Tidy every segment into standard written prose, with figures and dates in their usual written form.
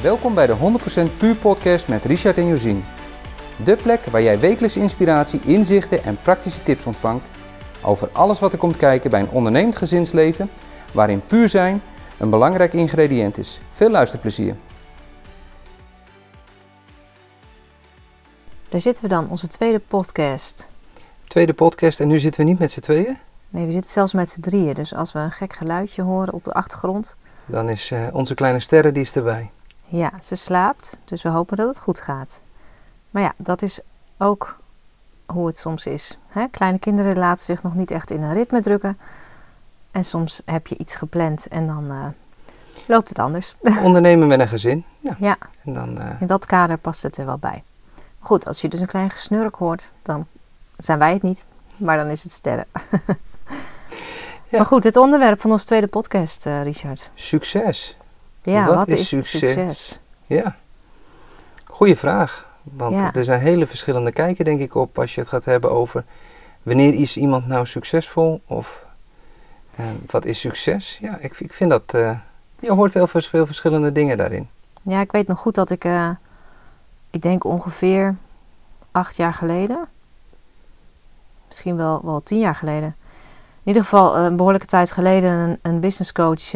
Welkom bij de 100% Puur podcast met Richard en Josien. De plek waar jij wekelijks inspiratie, inzichten en praktische tips ontvangt over alles wat er komt kijken bij een ondernemend gezinsleven, waarin puur zijn een belangrijk ingrediënt is. Veel luisterplezier. Daar zitten we dan, onze tweede podcast. Tweede podcast en nu zitten we niet met z'n tweeën. Nee, we zitten zelfs met z'n drieën. Dus als we een gek geluidje horen op de achtergrond. Dan is onze kleine sterre, die is erbij. Ja, ze slaapt. Dus we hopen dat het goed gaat. Maar ja, dat is ook hoe het soms is. Hè? Kleine kinderen laten zich nog niet echt in een ritme drukken. En soms heb je iets gepland en dan loopt het anders. Ondernemen met een gezin. Ja, En dan, in dat kader past het er wel bij. Goed, als je dus een klein gesnurk hoort, dan zijn wij het niet. Maar dan is het sterren. Ja. Maar goed, het onderwerp van onze tweede podcast, Richard. Succes. Ja, wat is succes? Ja, goeie vraag. Want Ja. er zijn hele verschillende kijken, denk ik, op als je het gaat hebben over wanneer is iemand nou succesvol of wat is succes? Ja, ik vind dat, je hoort veel verschillende dingen daarin. Ja, ik weet nog goed dat ik denk ongeveer 8 jaar geleden, misschien wel 10 jaar geleden, in ieder geval een behoorlijke tijd geleden een business coach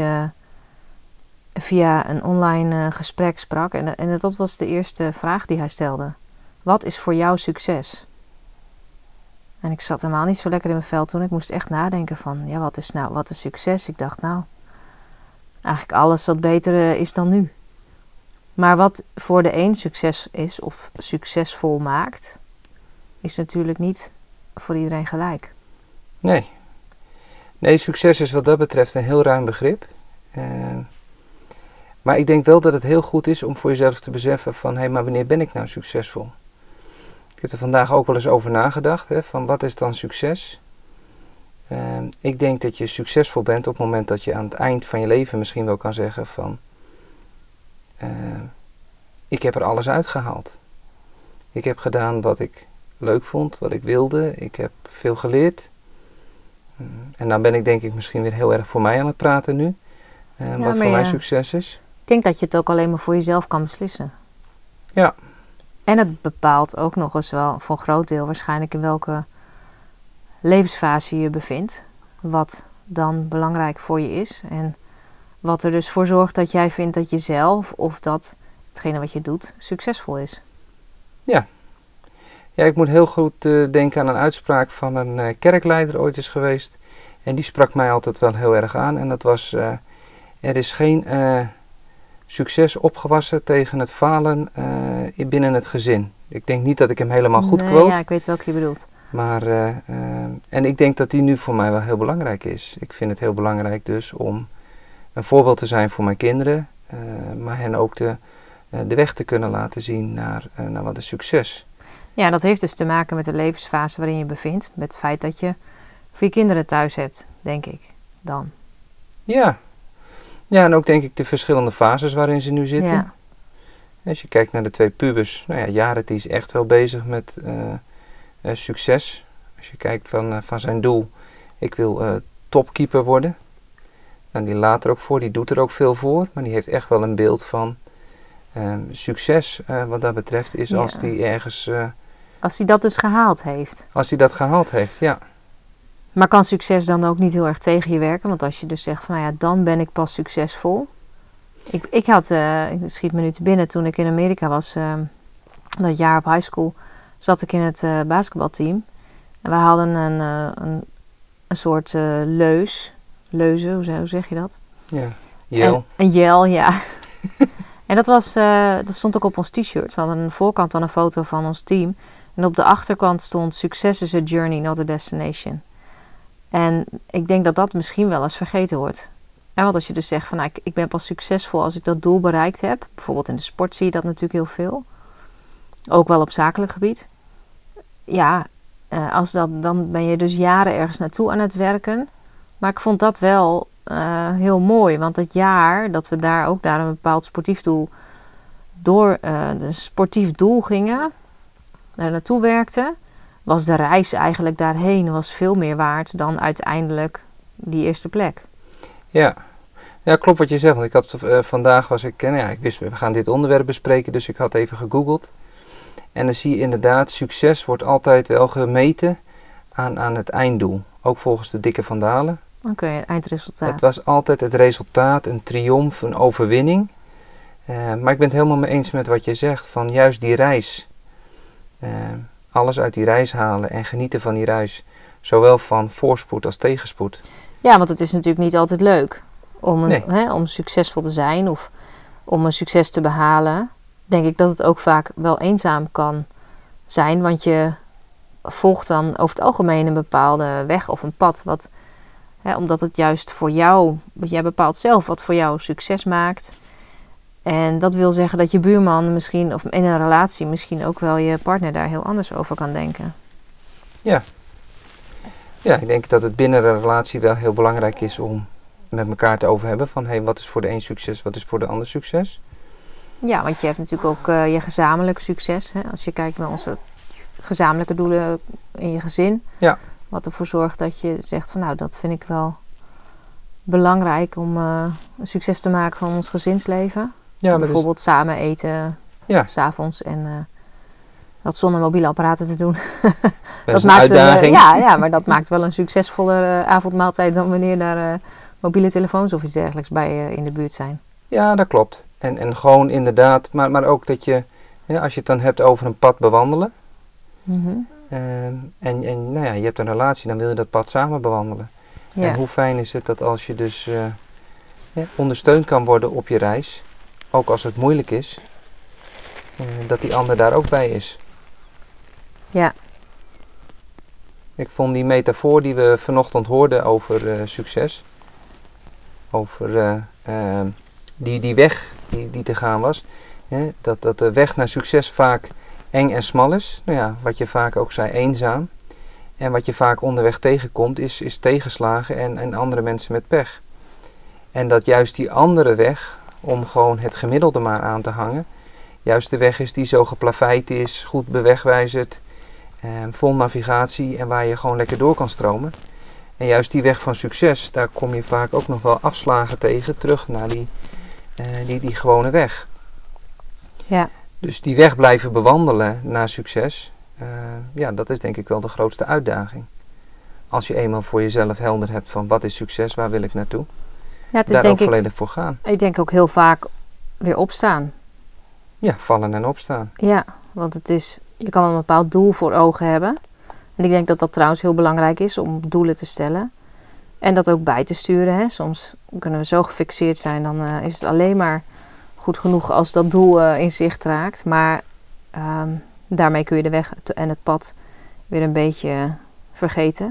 via een online gesprek sprak. En dat was de eerste vraag die hij stelde. Wat is voor jou succes? En ik zat helemaal niet zo lekker in mijn vel toen. Ik moest echt nadenken van, ja, wat is succes? Ik dacht, nou, eigenlijk alles wat beter is dan nu. Maar wat voor de een succes is of succesvol maakt, is natuurlijk niet voor iedereen gelijk. Nee, succes is wat dat betreft een heel ruim begrip. Maar ik denk wel dat het heel goed is om voor jezelf te beseffen van, hé, maar wanneer ben ik nou succesvol? Ik heb er vandaag ook wel eens over nagedacht, hè, van wat is dan succes? Ik denk dat je succesvol bent op het moment dat je aan het eind van je leven misschien wel kan zeggen van, ik heb er alles uitgehaald. Ik heb gedaan wat ik leuk vond, wat ik wilde. Ik heb veel geleerd. En dan ben ik denk ik misschien weer heel erg voor mij aan het praten nu. Wat voor mij succes is. Ik denk dat je het ook alleen maar voor jezelf kan beslissen. Ja. En het bepaalt ook nog eens wel voor een groot deel waarschijnlijk in welke levensfase je je bevindt. Wat dan belangrijk voor je is. En wat er dus voor zorgt dat jij vindt dat je zelf of dat hetgene wat je doet succesvol is. Ja. Ja, ik moet heel goed denken aan een uitspraak van een kerkleider ooit is geweest. En die sprak mij altijd wel heel erg aan. En dat was, er is geen succes opgewassen tegen het falen binnen het gezin. Ik denk niet dat ik hem helemaal goed quote. Ja, ik weet welke je bedoelt. Maar, en ik denk dat die nu voor mij wel heel belangrijk is. Ik vind het heel belangrijk dus om een voorbeeld te zijn voor mijn kinderen. Maar hen ook de weg te kunnen laten zien naar wat is succes. Ja, dat heeft dus te maken met de levensfase waarin je bevindt. Met het feit dat je 4 kinderen thuis hebt, denk ik dan. Ja. Ja, en ook denk ik de verschillende fases waarin ze nu zitten. Ja. Als je kijkt naar de 2 pubers. Nou ja, Jared die is echt wel bezig met succes. Als je kijkt van zijn doel. Ik wil topkeeper worden. Nou, die laat er ook voor. Die doet er ook veel voor. Maar die heeft echt wel een beeld van succes wat dat betreft. Is als die ergens... als hij dat dus gehaald heeft. Als hij dat gehaald heeft, ja. Maar kan succes dan ook niet heel erg tegen je werken? Want als je dus zegt van, nou ja, dan ben ik pas succesvol. Ik schiet me nu te binnen toen ik in Amerika was. Dat jaar op high school zat ik in het basketbalteam. En we hadden een soort leuze, hoe zeg je dat? Ja, yell. Een yell, ja. En dat stond ook op ons t-shirt. We hadden aan de voorkant dan een foto van ons team. En op de achterkant stond, success is a journey, not a destination. En ik denk dat dat misschien wel eens vergeten wordt. En want als je dus zegt van, nou, ik ben pas succesvol als ik dat doel bereikt heb. Bijvoorbeeld in de sport zie je dat natuurlijk heel veel. Ook wel op zakelijk gebied. Ja, dan ben je dus jaren ergens naartoe aan het werken. Maar ik vond dat wel heel mooi. Want het jaar dat we daar een bepaald sportief doel een sportief doel gingen, daar naartoe werkten, was de reis eigenlijk daarheen was veel meer waard dan uiteindelijk die eerste plek. Ja, Ja, klopt wat je zegt. Want ik had vandaag ik wist we gaan dit onderwerp bespreken, dus ik had even gegoogeld. En dan zie je inderdaad, succes wordt altijd wel gemeten aan het einddoel. Ook volgens de Dikke van Dalen. Oké, eindresultaat. Het was altijd het resultaat, een triomf, een overwinning. Maar ik ben het helemaal mee eens met wat je zegt, van juist die reis. Alles uit die reis halen en genieten van die reis. Zowel van voorspoed als tegenspoed. Ja, want het is natuurlijk niet altijd leuk Nee. om succesvol te zijn of om een succes te behalen. Denk ik dat het ook vaak wel eenzaam kan zijn, want je volgt dan over het algemeen een bepaalde weg of een pad. Omdat het juist voor jou, jij bepaalt zelf wat voor jou succes maakt. En dat wil zeggen dat je buurman misschien, of in een relatie misschien ook wel je partner daar heel anders over kan denken. Ja. Ja, ik denk dat het binnen een relatie wel heel belangrijk is om met elkaar te over hebben van wat is voor de een succes, wat is voor de ander succes. Ja, want je hebt natuurlijk ook je gezamenlijk succes. Hè? Als je kijkt naar onze gezamenlijke doelen in je gezin. Ja. Wat ervoor zorgt dat je zegt van nou, dat vind ik wel belangrijk om een succes te maken van ons gezinsleven. Ja, bijvoorbeeld samen eten, 's avonds en dat zonder mobiele apparaten te doen. Dat maakt een uitdaging. Ja, maar dat maakt wel een succesvoller avondmaaltijd dan wanneer daar mobiele telefoons of iets dergelijks bij in de buurt zijn. Ja, dat klopt. En gewoon inderdaad, maar ook dat je, als je het dan hebt over een pad bewandelen. Mm-hmm. En je hebt een relatie, dan wil je dat pad samen bewandelen. Ja. En hoe fijn is het dat als je dus ondersteund kan worden op je reis, ook als het moeilijk is, dat die ander daar ook bij is. Ja. Ik vond die metafoor die we vanochtend hoorden over succes, over die weg die te gaan was, dat de weg naar succes vaak eng en smal is. Nou ja, wat je vaak ook zei, eenzaam. En wat je vaak onderweg tegenkomt is tegenslagen en andere mensen met pech. En dat juist die andere weg, om gewoon het gemiddelde maar aan te hangen, juist de weg is die zo geplaveid is, goed bewegwijzerd, vol navigatie en waar je gewoon lekker door kan stromen. En juist die weg van succes, daar kom je vaak ook nog wel afslagen tegen, terug naar die gewone weg. Ja. Dus die weg blijven bewandelen naar succes, dat is denk ik wel de grootste uitdaging. Als je eenmaal voor jezelf helder hebt van wat is succes, waar wil ik naartoe, ja, het is daar denk ook volledig voor gaan. Ik denk ook heel vaak weer opstaan. Ja, vallen en opstaan. Ja, want je kan een bepaald doel voor ogen hebben. En ik denk dat dat trouwens heel belangrijk is om doelen te stellen. En dat ook bij te sturen. Hè. Soms kunnen we zo gefixeerd zijn, dan is het alleen maar goed genoeg als dat doel in zicht raakt. Maar daarmee kun je de weg en het pad weer een beetje vergeten.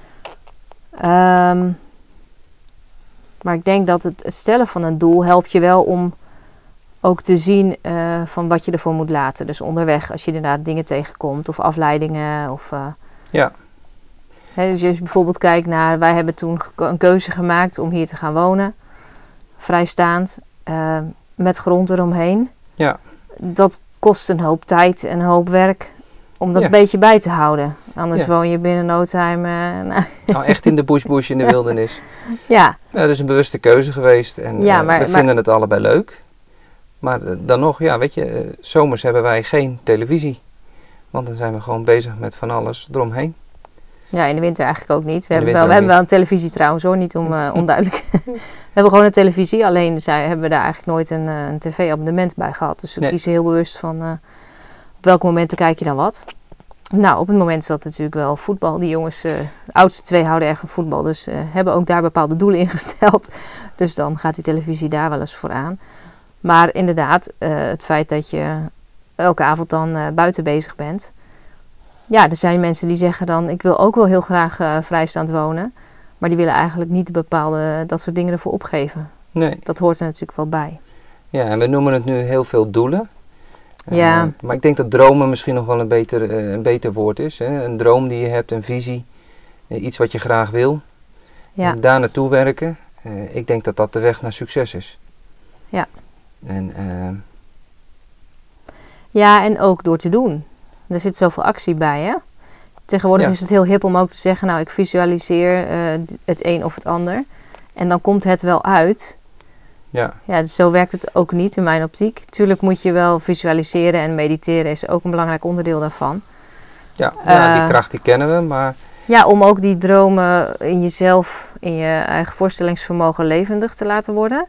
Maar ik denk dat het stellen van een doel helpt je wel om ook te zien van wat je ervoor moet laten. Dus onderweg, als je inderdaad dingen tegenkomt of afleidingen. Ja. Dus als je bijvoorbeeld kijkt naar, wij hebben toen een keuze gemaakt om hier te gaan wonen. Vrijstaand, met grond eromheen. Ja. Dat kost een hoop tijd en een hoop werk om dat een beetje bij te houden. Anders woon je binnen no time... Nou, echt in de bush in de wildernis. Ja. Dat is een bewuste keuze geweest en we vinden het allebei leuk. Maar dan nog, weet je, zomers hebben wij geen televisie. Want dan zijn we gewoon bezig met van alles eromheen. Ja, in de winter eigenlijk ook niet. We hebben wel een televisie trouwens hoor, niet onduidelijk. We hebben gewoon een televisie, alleen hebben we daar eigenlijk nooit een tv-abonnement bij gehad. Dus we kiezen heel bewust van op welke momenten kijk je dan wat. Nou, op het moment is dat natuurlijk wel voetbal. Die jongens, de oudste twee houden erg van voetbal, dus hebben ook daar bepaalde doelen in gesteld. Dus dan gaat die televisie daar wel eens voor aan. Maar inderdaad, het feit dat je elke avond dan buiten bezig bent. Ja, er zijn mensen die zeggen dan, ik wil ook wel heel graag vrijstaand wonen. Maar die willen eigenlijk niet dat soort dingen ervoor opgeven. Nee. Dat hoort er natuurlijk wel bij. Ja, en we noemen het nu heel veel doelen. Ja. Maar ik denk dat dromen misschien nog wel een beter woord is. Hè? Een droom die je hebt, een visie. Iets wat je graag wil. Ja. En daar naartoe werken. Ik denk dat dat de weg naar succes is. Ja. En ook door te doen. Er zit zoveel actie bij, hè? Tegenwoordig is het heel hip om ook te zeggen, nou, ik visualiseer het een of het ander. En dan komt het wel uit. Ja. Ja, dus zo werkt het ook niet in mijn optiek. Tuurlijk moet je wel visualiseren en mediteren is ook een belangrijk onderdeel daarvan. Ja, die kracht die kennen we, maar... Ja, om ook die dromen in jezelf, in je eigen voorstellingsvermogen levendig te laten worden.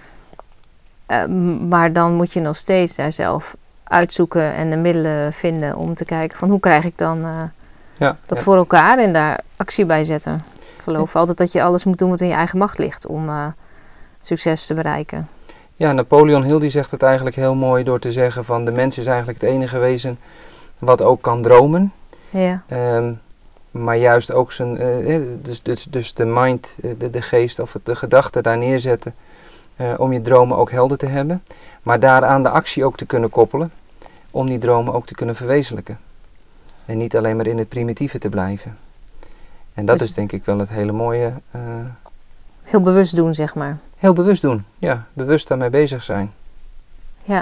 Maar dan moet je nog steeds daar zelf uitzoeken en de middelen vinden om te kijken van hoe krijg ik dan dat voor elkaar en daar actie bij zetten. Ik geloof altijd dat je alles moet doen wat in je eigen macht ligt om succes te bereiken. Ja, Napoleon Hill die zegt het eigenlijk heel mooi door te zeggen van de mens is eigenlijk het enige wezen wat ook kan dromen. Ja. Maar juist ook zijn, dus de mind, de geest of de gedachte daar neerzetten om je dromen ook helder te hebben. Maar daaraan de actie ook te kunnen koppelen om die dromen ook te kunnen verwezenlijken. En niet alleen maar in het primitieve te blijven. En dat Dus is denk ik wel het hele mooie. Heel bewust doen, zeg maar. Heel bewust doen, ja. Bewust daarmee bezig zijn. Ja.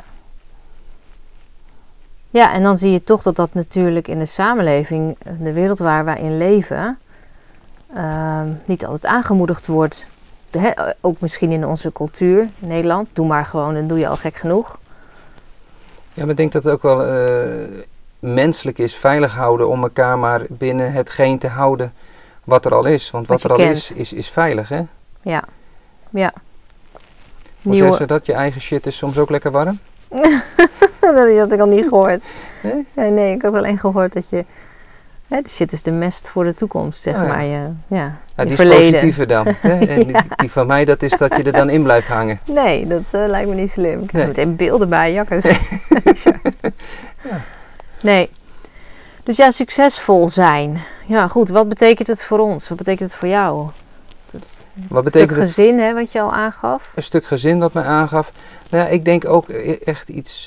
Ja, en dan zie je toch dat dat natuurlijk in de samenleving, de wereld waar wij in leven, niet altijd aangemoedigd wordt. Ook misschien in onze cultuur, in Nederland. Doe maar gewoon, dan doe je al gek genoeg. Ja, maar ik denk dat het ook wel menselijk is, veilig houden om elkaar maar binnen hetgeen te houden wat er al is. Want wat er al is veilig, hè? Ja, ja. Hoe zeggen ze dat? Je eigen shit is soms ook lekker warm? Dat had ik al niet gehoord. Nee? Nee, ik had alleen gehoord dat je... de shit is de mest voor de toekomst, zeg maar. Ja, je die verleden. is positiever dan. Hè? En die van mij, dat is dat je er dan in blijft hangen. Nee, dat lijkt me niet slim. Ik heb Nee. meteen beelden bij, jakkes. Ja. Nee. Dus ja, succesvol zijn. Ja, goed. Wat betekent het voor ons? Wat betekent het voor jou? Wat een stuk gezin, hè, wat je al aangaf. Een stuk gezin wat mij aangaf. Nou ja, ik denk ook echt iets...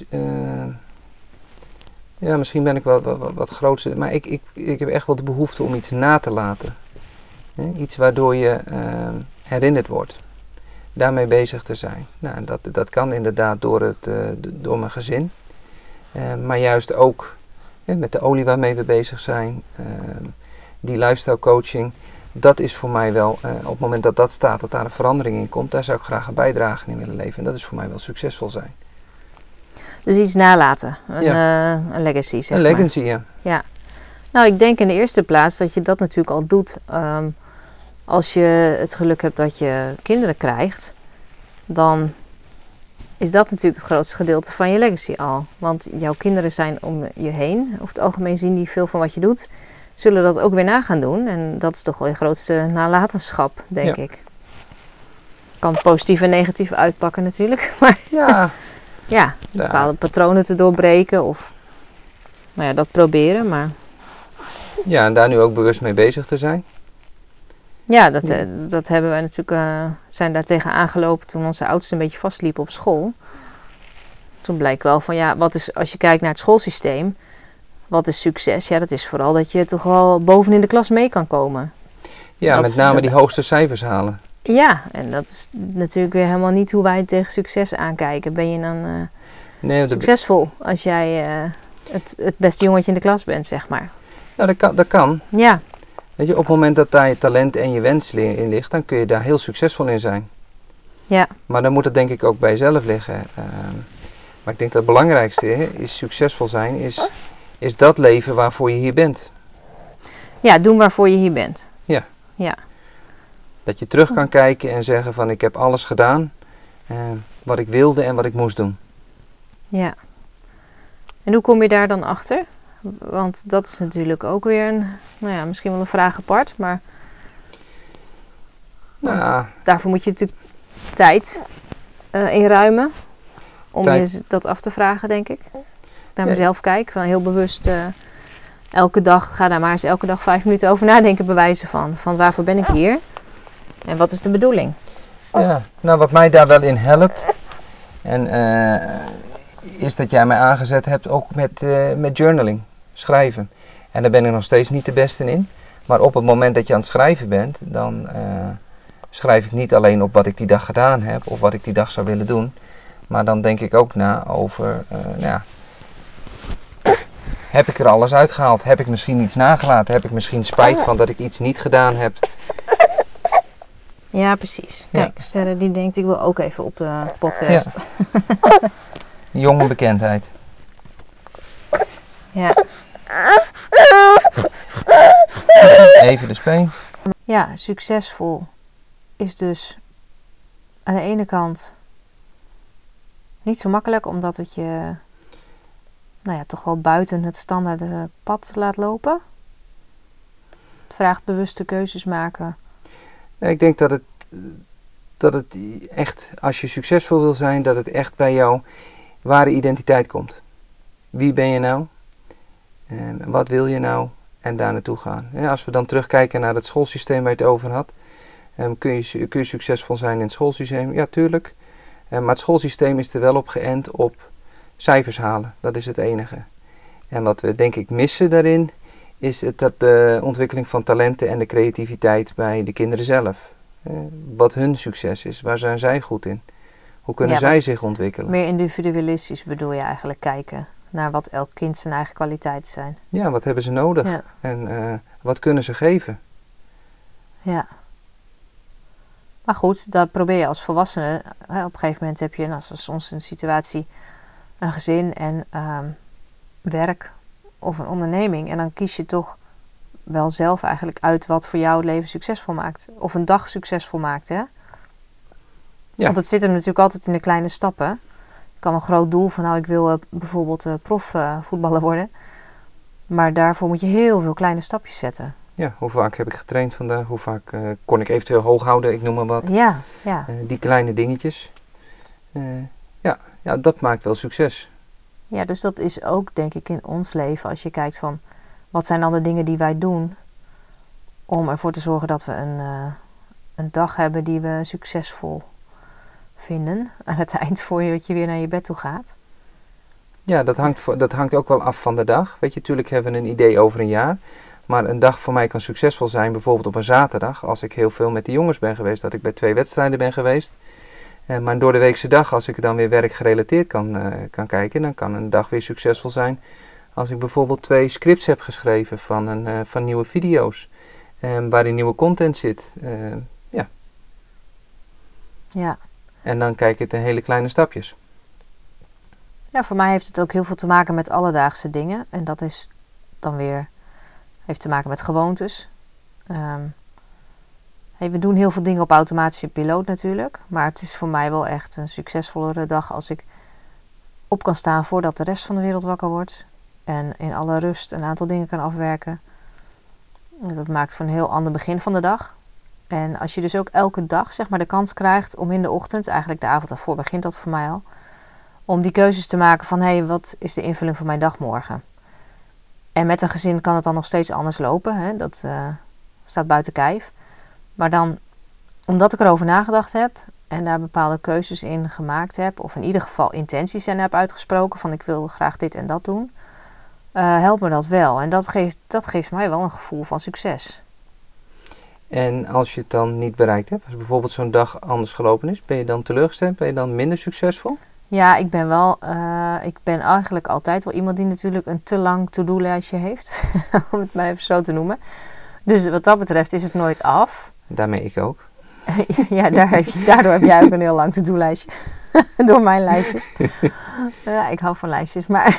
ja, misschien ben ik wel wat grootste. Maar ik heb echt wel de behoefte om iets na te laten. Iets waardoor je herinnerd wordt. Daarmee bezig te zijn. Nou, dat kan inderdaad door mijn gezin. Maar juist ook met de olie waarmee we bezig zijn. Die lifestyle coaching. Dat is voor mij wel, op het moment dat dat staat, dat daar een verandering in komt. Daar zou ik graag een bijdrage in willen leveren. En dat is voor mij wel succesvol zijn. Dus iets nalaten. Een legacy, zeg maar. Een legacy, ja. Ja. Nou, ik denk in de eerste plaats dat je dat natuurlijk al doet. Als je het geluk hebt dat je kinderen krijgt, dan is dat natuurlijk het grootste gedeelte van je legacy al. Want jouw kinderen zijn om je heen. Over het algemeen zien die veel van wat je doet. Zullen dat ook weer na gaan doen. En dat is toch wel je grootste nalatenschap, denk ik. Kan positief en negatief uitpakken natuurlijk. Maar ja, bepaalde patronen te doorbreken of dat proberen. Maar... Ja, en daar nu ook bewust mee bezig te zijn. Ja, dat hebben wij natuurlijk, zijn daar tegen aangelopen toen onze oudste een beetje vastliep op school. Toen bleek wel van wat is, als je kijkt naar het schoolsysteem, wat is succes? Ja, dat is vooral dat je toch wel bovenin de klas mee kan komen. Ja, met name die hoogste cijfers halen. Ja, en dat is natuurlijk weer helemaal niet hoe wij tegen succes aankijken. Ben je dan succesvol als jij het beste jongetje in de klas bent, zeg maar? Nou, dat kan. Ja. Weet je, op het moment dat daar je talent en je wens in ligt, dan kun je daar heel succesvol in zijn. Ja. Maar dan moet het denk ik ook bij jezelf liggen. Maar ik denk dat het belangrijkste is succesvol zijn, is dat leven waarvoor je hier bent. Ja, doen waarvoor je hier bent. Ja. Dat je terug kan kijken en zeggen van ik heb alles gedaan wat ik wilde en wat ik moest doen. Ja. En hoe kom je daar dan achter? Want dat is natuurlijk ook weer misschien wel een vraag apart, maar daarvoor moet je natuurlijk tijd inruimen om je dat af te vragen, denk ik. Als ik naar mezelf kijk, van heel bewust elke dag, ga daar maar eens elke dag 5 minuten over nadenken, bewijzen van waarvoor ben ik hier en wat is de bedoeling? Ja, nou wat mij daar wel in helpt is dat jij mij aangezet hebt ook met journaling, schrijven. En daar ben ik nog steeds niet de beste in. Maar op het moment dat je aan het schrijven bent, dan schrijf ik niet alleen op wat ik die dag gedaan heb of wat ik die dag zou willen doen. Maar dan denk ik ook na over, heb ik er alles uitgehaald? Heb ik misschien iets nagelaten? Heb ik misschien spijt van dat ik iets niet gedaan heb? Ja, precies. Kijk, Sterre die denkt, ik wil ook even op de podcast. Ja. Jonge bekendheid. Ja. Even de speen. Ja, succesvol is dus aan de ene kant niet zo makkelijk, omdat het je toch wel buiten het standaard pad laat lopen. Het vraagt bewuste keuzes maken. Ja, ik denk dat het echt, als je succesvol wil zijn, dat het echt bij jouw ware identiteit komt. Wie ben je nou? Wat wil je nou? En daar naartoe gaan. Ja, als we dan terugkijken naar het schoolsysteem waar je het over had. Kun je succesvol zijn in het schoolsysteem? Ja, tuurlijk. Maar het schoolsysteem is er wel op geënt op cijfers halen. Dat is het enige. En wat we denk ik missen daarin, is dat de ontwikkeling van talenten en de creativiteit bij de kinderen zelf. Wat hun succes is. Waar zijn zij goed in? Hoe kunnen zij zich ontwikkelen? Meer individualistisch bedoel je eigenlijk kijken naar wat elk kind zijn eigen kwaliteiten zijn. Ja, wat hebben ze nodig? Ja. En wat kunnen ze geven? Ja. Maar goed, dat probeer je als volwassene. Op een gegeven moment heb je soms een situatie, een gezin en werk of een onderneming. En dan kies je toch wel zelf eigenlijk uit wat voor jou het leven succesvol maakt. Of een dag succesvol maakt, hè? Ja. Want het zit hem natuurlijk altijd in de kleine stappen. Je kan een groot doel van, ik wil bijvoorbeeld profvoetballer worden. Maar daarvoor moet je heel veel kleine stapjes zetten. Ja, hoe vaak heb ik getraind vandaag? Hoe vaak kon ik eventueel hoog houden? Ik noem maar wat. Ja. Die kleine dingetjes. Ja, dat maakt wel succes. Ja, dus dat is ook denk ik in ons leven. Als je kijkt van, wat zijn dan de dingen die wij doen om ervoor te zorgen dat we een dag hebben die we succesvol vinden. Aan het eind voor je dat je weer naar je bed toe gaat. Ja, dat hangt ook wel af van de dag. Weet je, natuurlijk hebben we een idee over een jaar. Maar een dag voor mij kan succesvol zijn, bijvoorbeeld op een zaterdag. Als ik heel veel met de jongens ben geweest, dat ik bij 2 wedstrijden ben geweest. Maar door de weekse dag, als ik dan weer werkgerelateerd kan kijken, dan kan een dag weer succesvol zijn. Als ik bijvoorbeeld 2 scripts heb geschreven van nieuwe video's. Waarin nieuwe content zit. Ja. En dan kijk ik in hele kleine stapjes. Ja, voor mij heeft het ook heel veel te maken met alledaagse dingen. En dat is dan weer, heeft te maken met gewoontes. We doen heel veel dingen op automatische piloot natuurlijk. Maar het is voor mij wel echt een succesvollere dag als ik op kan staan voordat de rest van de wereld wakker wordt. En in alle rust een aantal dingen kan afwerken. Dat maakt voor een heel ander begin van de dag. En als je dus ook elke dag zeg maar de kans krijgt om in de ochtend, eigenlijk de avond daarvoor begint dat voor mij al, om die keuzes te maken van wat is de invulling van mijn dag morgen. En met een gezin kan het dan nog steeds anders lopen. Hè? Dat staat buiten kijf. Maar dan, omdat ik erover nagedacht heb en daar bepaalde keuzes in gemaakt heb, of in ieder geval intenties en heb uitgesproken van ik wil graag dit en dat doen, helpt me dat wel. En dat geeft mij wel een gevoel van succes. En als je het dan niet bereikt hebt, als bijvoorbeeld zo'n dag anders gelopen is, ben je dan teleurgesteld? Ben je dan minder succesvol? Ja, ik ben eigenlijk altijd wel iemand die natuurlijk een te lang to-do-lijstje heeft, om het maar even zo te noemen. Dus wat dat betreft is het nooit af. Daarmee ik ook. Ja, daardoor heb jij ook een heel lang to-do-lijstje. Door mijn lijstjes. Ja, ik hou van lijstjes. Maar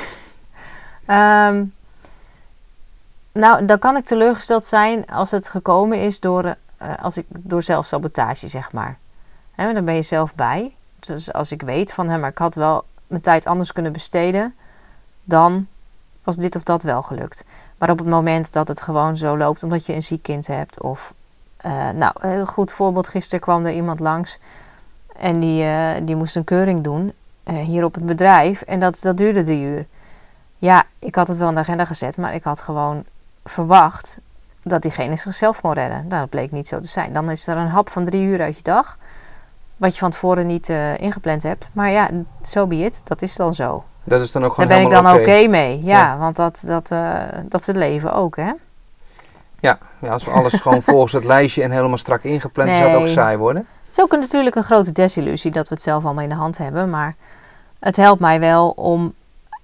dan kan ik teleurgesteld zijn als het gekomen is door zelfsabotage, zeg maar. Dan ben je zelf bij. Dus als ik weet van, maar ik had wel mijn tijd anders kunnen besteden, dan was dit of dat wel gelukt. Maar op het moment dat het gewoon zo loopt omdat je een ziek kind hebt, of een heel goed voorbeeld, gisteren kwam er iemand langs en die moest een keuring doen hier op het bedrijf en dat duurde 3 uur. Ja, ik had het wel in de agenda gezet, maar ik had gewoon verwacht dat diegene zichzelf kon redden. Nou, dat bleek niet zo te zijn. Dan is er een hap van 3 uur uit je dag, wat je van tevoren niet ingepland hebt. Maar ja, so be it. Dat is dan zo. Dat is dan ook gewoon daar ben ik dan oké mee. Ja, want dat is het leven ook, hè? Ja, als we alles gewoon volgens het lijstje en helemaal strak ingepland, zou het ook saai worden. Het is ook natuurlijk een grote desillusie dat we het zelf allemaal in de hand hebben. Maar het helpt mij wel om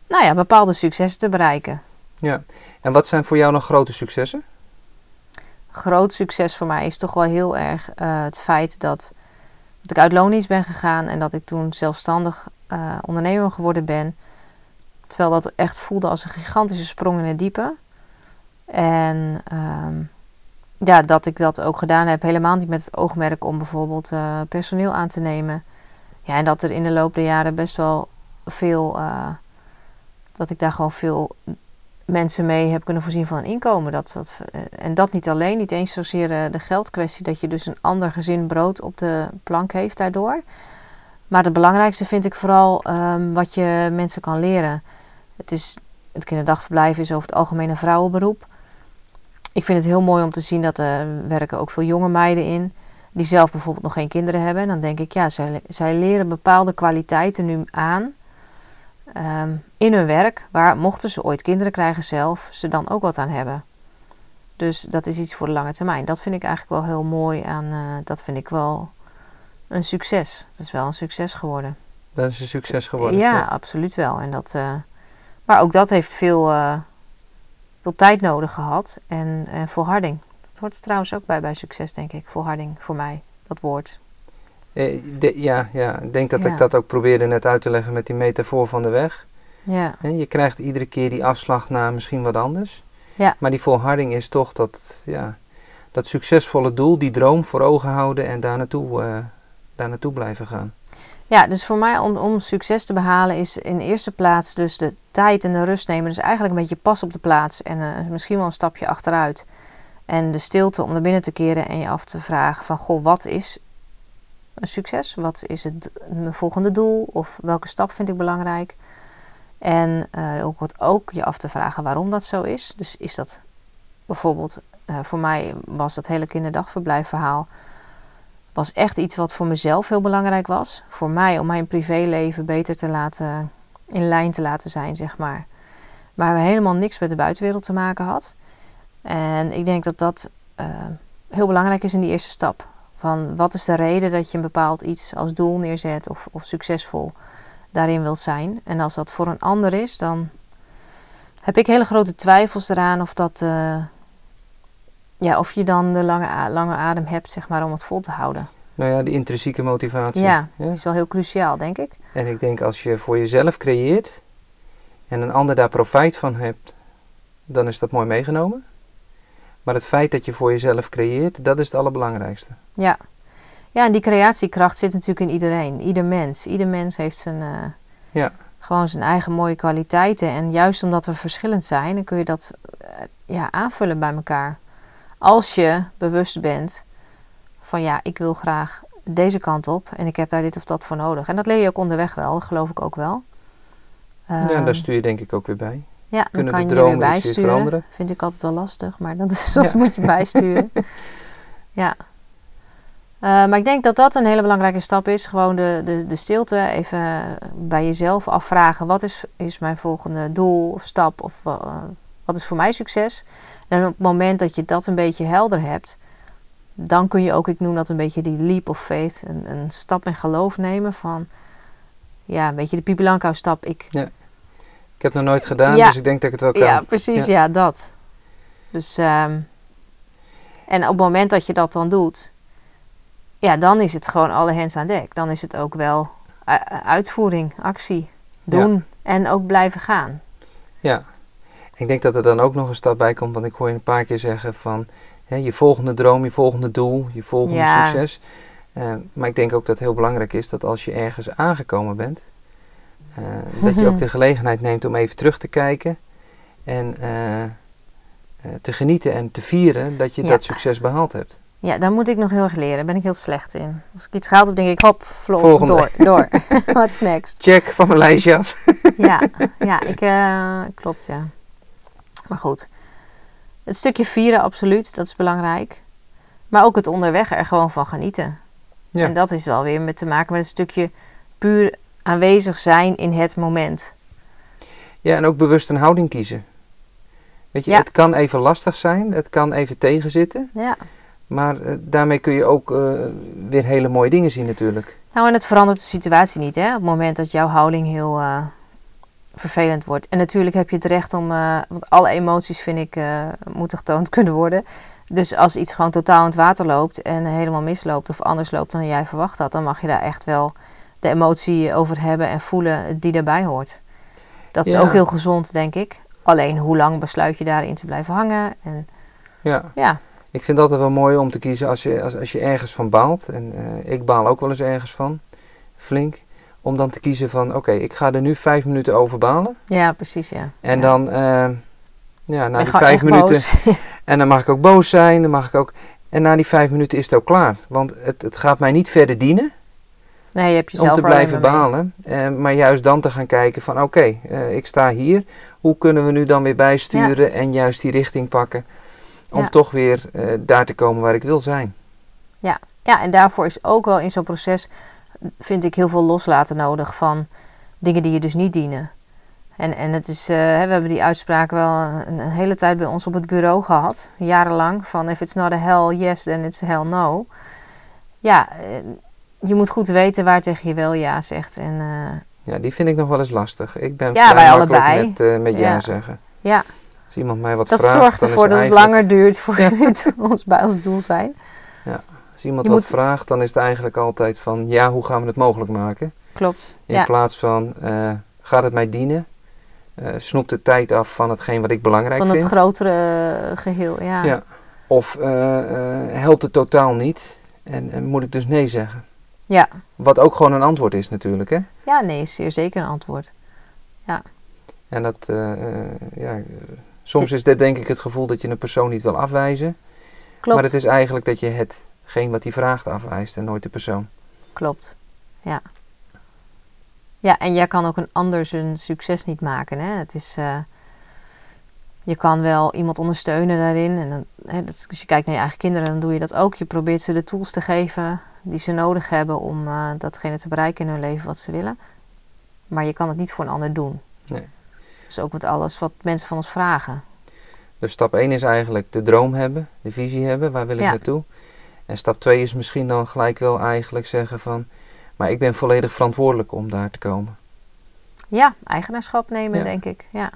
bepaalde successen te bereiken. Ja, en wat zijn voor jou nog grote successen? groot succes voor mij is toch wel heel erg het feit dat ik uit loondienst ben gegaan en dat ik toen zelfstandig ondernemer geworden ben. Terwijl dat echt voelde als een gigantische sprong in het diepe. En dat ik dat ook gedaan heb, helemaal niet met het oogmerk om bijvoorbeeld personeel aan te nemen. Ja, en dat er in de loop der jaren best wel veel, dat ik daar gewoon veel mensen mee heb kunnen voorzien van een inkomen. En dat niet alleen, niet eens zozeer de geldkwestie, dat je dus een ander gezin brood op de plank heeft daardoor. Maar het belangrijkste vind ik vooral wat je mensen kan leren. Het kinderdagverblijf is over het algemeen een vrouwenberoep. Ik vind het heel mooi om te zien dat er werken ook veel jonge meiden in, die zelf bijvoorbeeld nog geen kinderen hebben. En dan denk ik, ja, zij leren bepaalde kwaliteiten nu aan in hun werk, waar mochten ze ooit kinderen krijgen zelf, ze dan ook wat aan hebben. Dus dat is iets voor de lange termijn. Dat vind ik eigenlijk wel heel mooi aan, dat vind ik wel een succes. Het is wel een succes geworden. Dat is een succes geworden. Ja, absoluut wel. En maar ook dat heeft veel tijd nodig gehad en volharding. Dat hoort er trouwens ook bij succes, denk ik. Volharding voor mij, dat woord. Ik denk dat ik dat ook probeerde net uit te leggen met die metafoor van de weg. Ja. Je krijgt iedere keer die afslag naar misschien wat anders. Ja. Maar die volharding is toch dat succesvolle doel, die droom voor ogen houden en daar naartoe blijven gaan. Ja, dus voor mij om succes te behalen is in de eerste plaats dus de tijd en de rust nemen. Dus eigenlijk een beetje pas op de plaats en misschien wel een stapje achteruit. En de stilte om naar binnen te keren en je af te vragen van, goh, wat is een succes? Wat is mijn volgende doel? Of welke stap vind ik belangrijk? En ook je af te vragen waarom dat zo is. Dus is dat bijvoorbeeld, voor mij was dat hele kinderdagverblijfverhaal was echt iets wat voor mezelf heel belangrijk was. Voor mij, om mijn privéleven beter in lijn te laten zijn, zeg maar. Maar helemaal niks met de buitenwereld te maken had. En ik denk dat dat heel belangrijk is in die eerste stap. Van wat is de reden dat je een bepaald iets als doel neerzet of succesvol daarin wilt zijn. En als dat voor een ander is, dan heb ik hele grote twijfels eraan of je dan de lange adem hebt, zeg maar, om het vol te houden. Nou ja, de intrinsieke motivatie. Ja, dat is wel heel cruciaal, denk ik. En ik denk als je voor jezelf creëert en een ander daar profijt van hebt, dan is dat mooi meegenomen. Maar het feit dat je voor jezelf creëert, dat is het allerbelangrijkste. Ja, en die creatiekracht zit natuurlijk in iedereen. Ieder mens heeft gewoon zijn eigen mooie kwaliteiten. En juist omdat we verschillend zijn, dan kun je dat aanvullen bij elkaar. Als je bewust bent van ik wil graag deze kant op en ik heb daar dit of dat voor nodig. En dat leer je ook onderweg wel, dat geloof ik ook wel. Daar stuur je denk ik ook weer bij. Ja, dan kan je weer bijsturen. Vind ik altijd wel lastig, maar dat is soms moet je bijsturen. Ja. Maar ik denk dat dat een hele belangrijke stap is. Gewoon de stilte even bij jezelf afvragen. Wat is mijn volgende doel of stap? Of wat is voor mij succes? En op het moment dat je dat een beetje helder hebt, dan kun je ook, ik noem dat een beetje die leap of faith, een stap in geloof nemen van, een beetje de Pipi Langkous stap. Ik heb het nog nooit gedaan, dus ik denk dat ik het wel kan. Ja, precies, dat. Dus, en op het moment dat je dat dan doet, dan is het gewoon alle hens aan dek. Dan is het ook wel uitvoering, actie, doen en ook blijven gaan. Ja. Ik denk dat er dan ook nog een stap bij komt, want ik hoor je een paar keer zeggen van je volgende droom, je volgende doel, je volgende succes. Maar ik denk ook dat het heel belangrijk is dat als je ergens aangekomen bent, dat je ook de gelegenheid neemt om even terug te kijken en te genieten en te vieren dat je dat succes behaald hebt. Ja, daar moet ik nog heel erg leren. Daar ben ik heel slecht in. Als ik iets gehaald heb, denk ik, hop, volgende. Door. What's next? Check van mijn lijstje af. Klopt, ja. Maar goed. Het stukje vieren, absoluut. Dat is belangrijk. Maar ook het onderweg er gewoon van genieten. Ja. En dat is wel weer te maken met een stukje puur aanwezig zijn in het moment. Ja, en ook bewust een houding kiezen. Weet je, het kan even lastig zijn. Het kan even tegenzitten. Ja. Maar daarmee kun je ook weer hele mooie dingen zien natuurlijk. Nou, en het verandert de situatie niet, hè. Op het moment dat jouw houding heel vervelend wordt. En natuurlijk heb je het recht om, want alle emoties vind ik moeten getoond kunnen worden. Dus als iets gewoon totaal in het water loopt en helemaal misloopt of anders loopt dan jij verwacht had, dan mag je daar echt wel de emotie over hebben en voelen die daarbij hoort. Dat is ook heel gezond, denk ik. Alleen, hoe lang besluit je daarin te blijven hangen? En, ja. Ik vind het altijd wel mooi om te kiezen als je ergens van baalt. En ik baal ook wel eens ergens van. Flink. Om dan te kiezen van, oké, ik ga er nu 5 minuten over balen. Ja, precies, ja. En dan, na die 5 minuten... Boos. En dan mag ik ook boos zijn. Dan mag ik ook... En na die 5 minuten is het ook klaar. Want het gaat mij niet verder dienen. Nee, je hebt jezelf om te blijven balen. Maar juist dan te gaan kijken van, oké, ik sta hier. Hoe kunnen we nu dan weer bijsturen en juist die richting pakken. Om toch weer daar te komen waar ik wil zijn. Ja, en daarvoor is ook wel in zo'n proces, vind ik, heel veel loslaten nodig van dingen die je dus niet dienen. En het is, we hebben die uitspraak wel een hele tijd bij ons op het bureau gehad. Jarenlang. Van if it's not a hell yes, then it's a hell no. Ja, je moet goed weten waar tegen je wel ja zegt. En, ja, die vind ik nog wel eens lastig. Ik ben vrij makkelijk met ja zeggen. Ja. Als iemand mij wat dat vraagt, zorgt ervoor dat het langer duurt voordat we bij ons doel zijn. Ja, als iemand wat vraagt, dan is het eigenlijk altijd van, ja, hoe gaan we het mogelijk maken? Klopt. In plaats van, gaat het mij dienen? Snoept de tijd af van hetgeen wat ik belangrijk vind? Van het grotere geheel, ja. Of helpt het totaal niet en moet ik dus nee zeggen? Ja. Wat ook gewoon een antwoord is natuurlijk, hè? Ja, nee, is zeer zeker een antwoord. Ja. En dat, soms is dit denk ik het gevoel dat je een persoon niet wil afwijzen. Klopt. Maar het is eigenlijk dat je hetgeen wat hij vraagt afwijst en nooit de persoon. Klopt, ja. Ja, en jij kan ook een ander zijn succes niet maken, hè. Het is, je kan wel iemand ondersteunen daarin. En dan, als je kijkt naar je eigen kinderen, dan doe je dat ook. Je probeert ze de tools te geven die ze nodig hebben om datgene te bereiken in hun leven wat ze willen. Maar je kan het niet voor een ander doen. Nee. Dus ook met alles wat mensen van ons vragen. Dus stap 1 is eigenlijk de droom hebben, de visie hebben, waar wil ik naartoe? En stap 2 is misschien dan gelijk wel eigenlijk zeggen van, maar ik ben volledig verantwoordelijk om daar te komen. Ja, eigenaarschap nemen, denk ik, ja.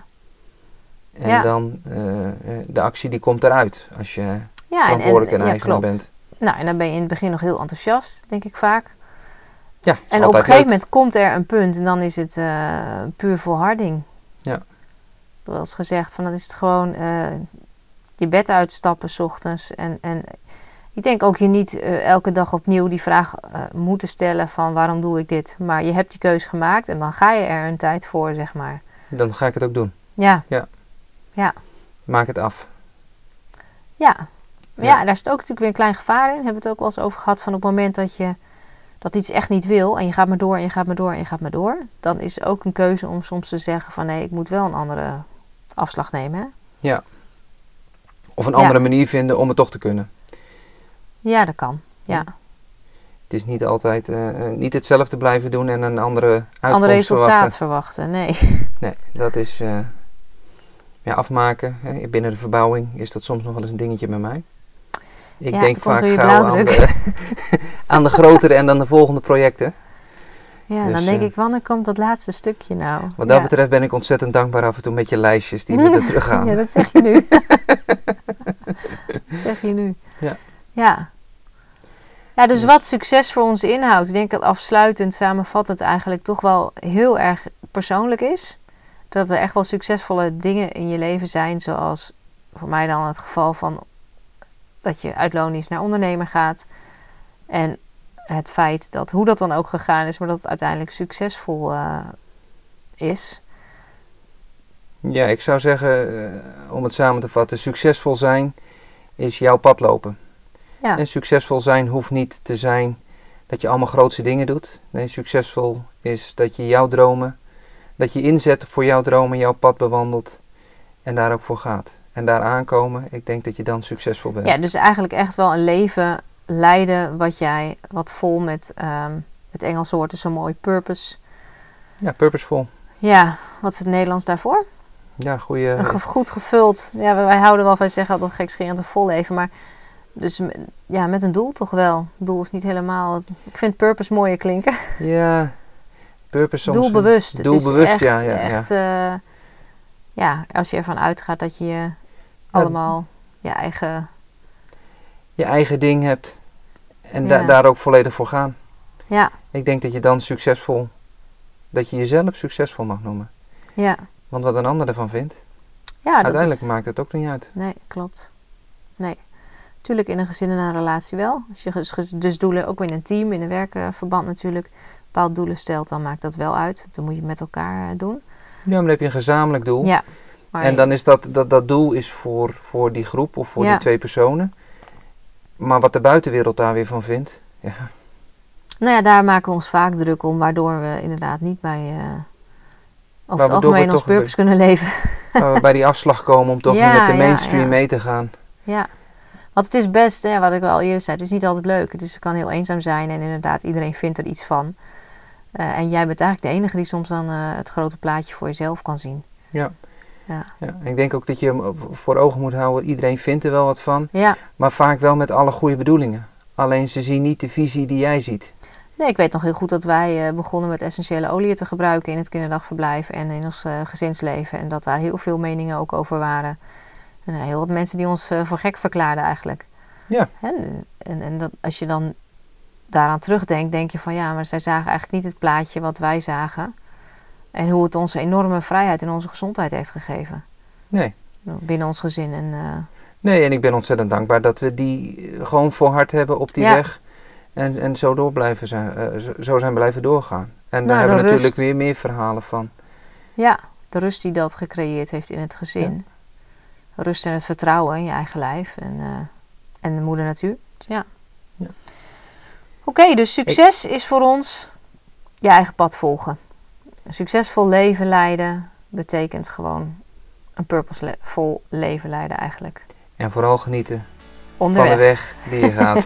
En dan, de actie die komt eruit als je verantwoordelijk en eigenaar bent. Nou, en dan ben je in het begin nog heel enthousiast, denk ik vaak. Ja, en op een gegeven moment komt er een punt en dan is het puur volharding. Ja. Zoals gezegd, van dan is het gewoon je bed uitstappen 's ochtends. En ik denk ook je niet elke dag opnieuw die vraag moeten stellen van waarom doe ik dit. Maar je hebt die keus gemaakt en dan ga je er een tijd voor, zeg maar. Dan ga ik het ook doen. Ja. Maak het af. Ja, daar zit ook natuurlijk weer een klein gevaar in. Hebben we het ook wel eens over gehad van op het moment dat je dat iets echt niet wil en je gaat maar door en je gaat maar door en je gaat maar door. Dan is ook een keuze om soms te zeggen van nee, ik moet wel een andere afslag nemen. Hè? Ja. Of een andere manier vinden om het toch te kunnen. Ja, dat kan. Ja. Het is niet altijd niet hetzelfde blijven doen en een andere uitkomst ander resultaat verwachten. Nee. Nee, dat is afmaken. Binnen de verbouwing is dat soms nog wel eens een dingetje bij mij. Ik denk vaak gauw aan de grotere en dan de volgende projecten. Ja, dus, dan denk ik, wanneer komt dat laatste stukje nou? Wat dat betreft ben ik ontzettend dankbaar af en toe met je lijstjes die me er teruggaan. Ja, dat zeg je nu. Dat zeg je nu. Ja, dus wat succes voor ons inhoudt. Ik denk dat afsluitend, samenvattend eigenlijk toch wel heel erg persoonlijk is. Dat er echt wel succesvolle dingen in je leven zijn. Zoals voor mij dan het geval van dat je uit loondienst naar ondernemer gaat. En het feit dat, hoe dat dan ook gegaan is, maar dat het uiteindelijk succesvol is. Ja, ik zou zeggen, om het samen te vatten, succesvol zijn is jouw pad lopen. Ja. En succesvol zijn hoeft niet te zijn dat je allemaal grootse dingen doet. Nee, succesvol is dat je jouw dromen, dat je inzet voor jouw dromen, jouw pad bewandelt en daar ook voor gaat. En daar aankomen, ik denk dat je dan succesvol bent. Ja, dus eigenlijk echt wel een leven leiden wat vol met, het Engelse woord is zo mooi, purpose. Ja, purposeful. Ja, wat is het Nederlands daarvoor? Ja, goede. Goed gevuld. Ja, wij houden wel van zeggen dat gekscherend een vol leven, maar dus ja, met een doel toch wel. Doel is niet helemaal. Ik vind purpose mooier klinken. Ja, purpose soms. Doelbewust. Doelbewust, het is echt, ja, als je ervan uitgaat dat je allemaal je eigen je eigen ding hebt en Ja. daar ook volledig voor gaan. Ja, Ik denk dat je dan dat je jezelf succesvol mag noemen. ja. Want wat een ander ervan vindt, Ja, dat uiteindelijk is... maakt het ook niet uit. Nee, klopt. Nee. Tuurlijk in een gezin en een relatie wel. Als je dus doelen, ook in een team, in een werkverband natuurlijk, bepaalde doelen stelt, dan maakt dat wel uit. Dan moet je het met elkaar doen. Ja, maar dan heb je een gezamenlijk doel. Ja. Maar En dan is dat doel is voor die groep of voor die 2 personen. Maar wat de buitenwereld daar weer van vindt, ja. Nou ja, daar maken we ons vaak druk om, waardoor we inderdaad niet bij over het Waardoor algemeen we ons toch purpose kunnen leven. Waar we bij die afslag komen om toch Ja, weer met de ja, mainstream ja. mee te gaan. Ja, want het is best, hè, wat ik al eerder zei, het is niet altijd leuk. Dus het kan heel eenzaam zijn en inderdaad iedereen vindt er iets van. En jij bent eigenlijk de enige die soms dan het grote plaatje voor jezelf kan zien. Ja. Ja. Ja. Ik denk ook dat je hem voor ogen moet houden, iedereen vindt er wel wat van. Ja. Maar vaak wel met alle goede bedoelingen. Alleen ze zien niet de visie die jij ziet. Nee, ik weet nog heel goed dat wij begonnen met essentiële oliën te gebruiken in het kinderdagverblijf en in ons gezinsleven. En dat daar heel veel meningen ook over waren. En heel wat mensen die ons voor gek verklaarden eigenlijk. Ja. En dat, als je dan daaraan terugdenkt, denk je van ja, maar zij zagen eigenlijk niet het plaatje wat wij zagen. En hoe het ons enorme vrijheid en onze gezondheid heeft gegeven. Nee. Binnen ons gezin. Nee, en ik ben ontzettend dankbaar dat we die gewoon volhard hebben op die weg. En zo door blijven zijn, zo zijn blijven doorgaan. En daar hebben we natuurlijk weer meer verhalen van. Ja, de rust die dat gecreëerd heeft in het gezin. Ja. Rust en het vertrouwen in je eigen lijf. En de moeder natuur. Ja. Oké, dus succes is voor ons je eigen pad volgen. Een succesvol leven leiden betekent gewoon een purposevol leven leiden eigenlijk. En vooral genieten Onderweg. Van de weg die je gaat.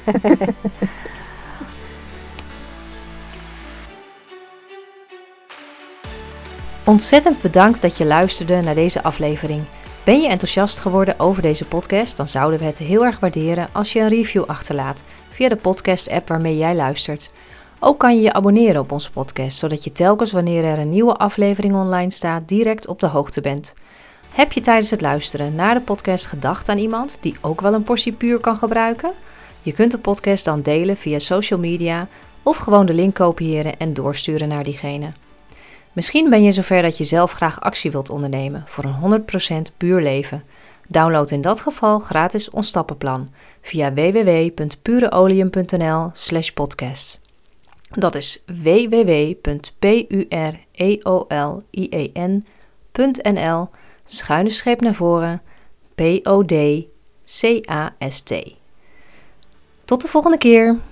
Ontzettend bedankt dat je luisterde naar deze aflevering. Ben je enthousiast geworden over deze podcast? Dan zouden we het heel erg waarderen als je een review achterlaat via de podcast-app waarmee jij luistert. Ook kan je je abonneren op onze podcast, zodat je telkens wanneer er een nieuwe aflevering online staat direct op de hoogte bent. Heb je tijdens het luisteren naar de podcast gedacht aan iemand die ook wel een portie puur kan gebruiken? Je kunt de podcast dan delen via social media of gewoon de link kopiëren en doorsturen naar diegene. Misschien ben je zover dat je zelf graag actie wilt ondernemen voor een 100% puur leven. Download in dat geval gratis ons stappenplan via www.pureolium.nl/podcast. Dat is www.pureolien.nl/podcast. Tot de volgende keer!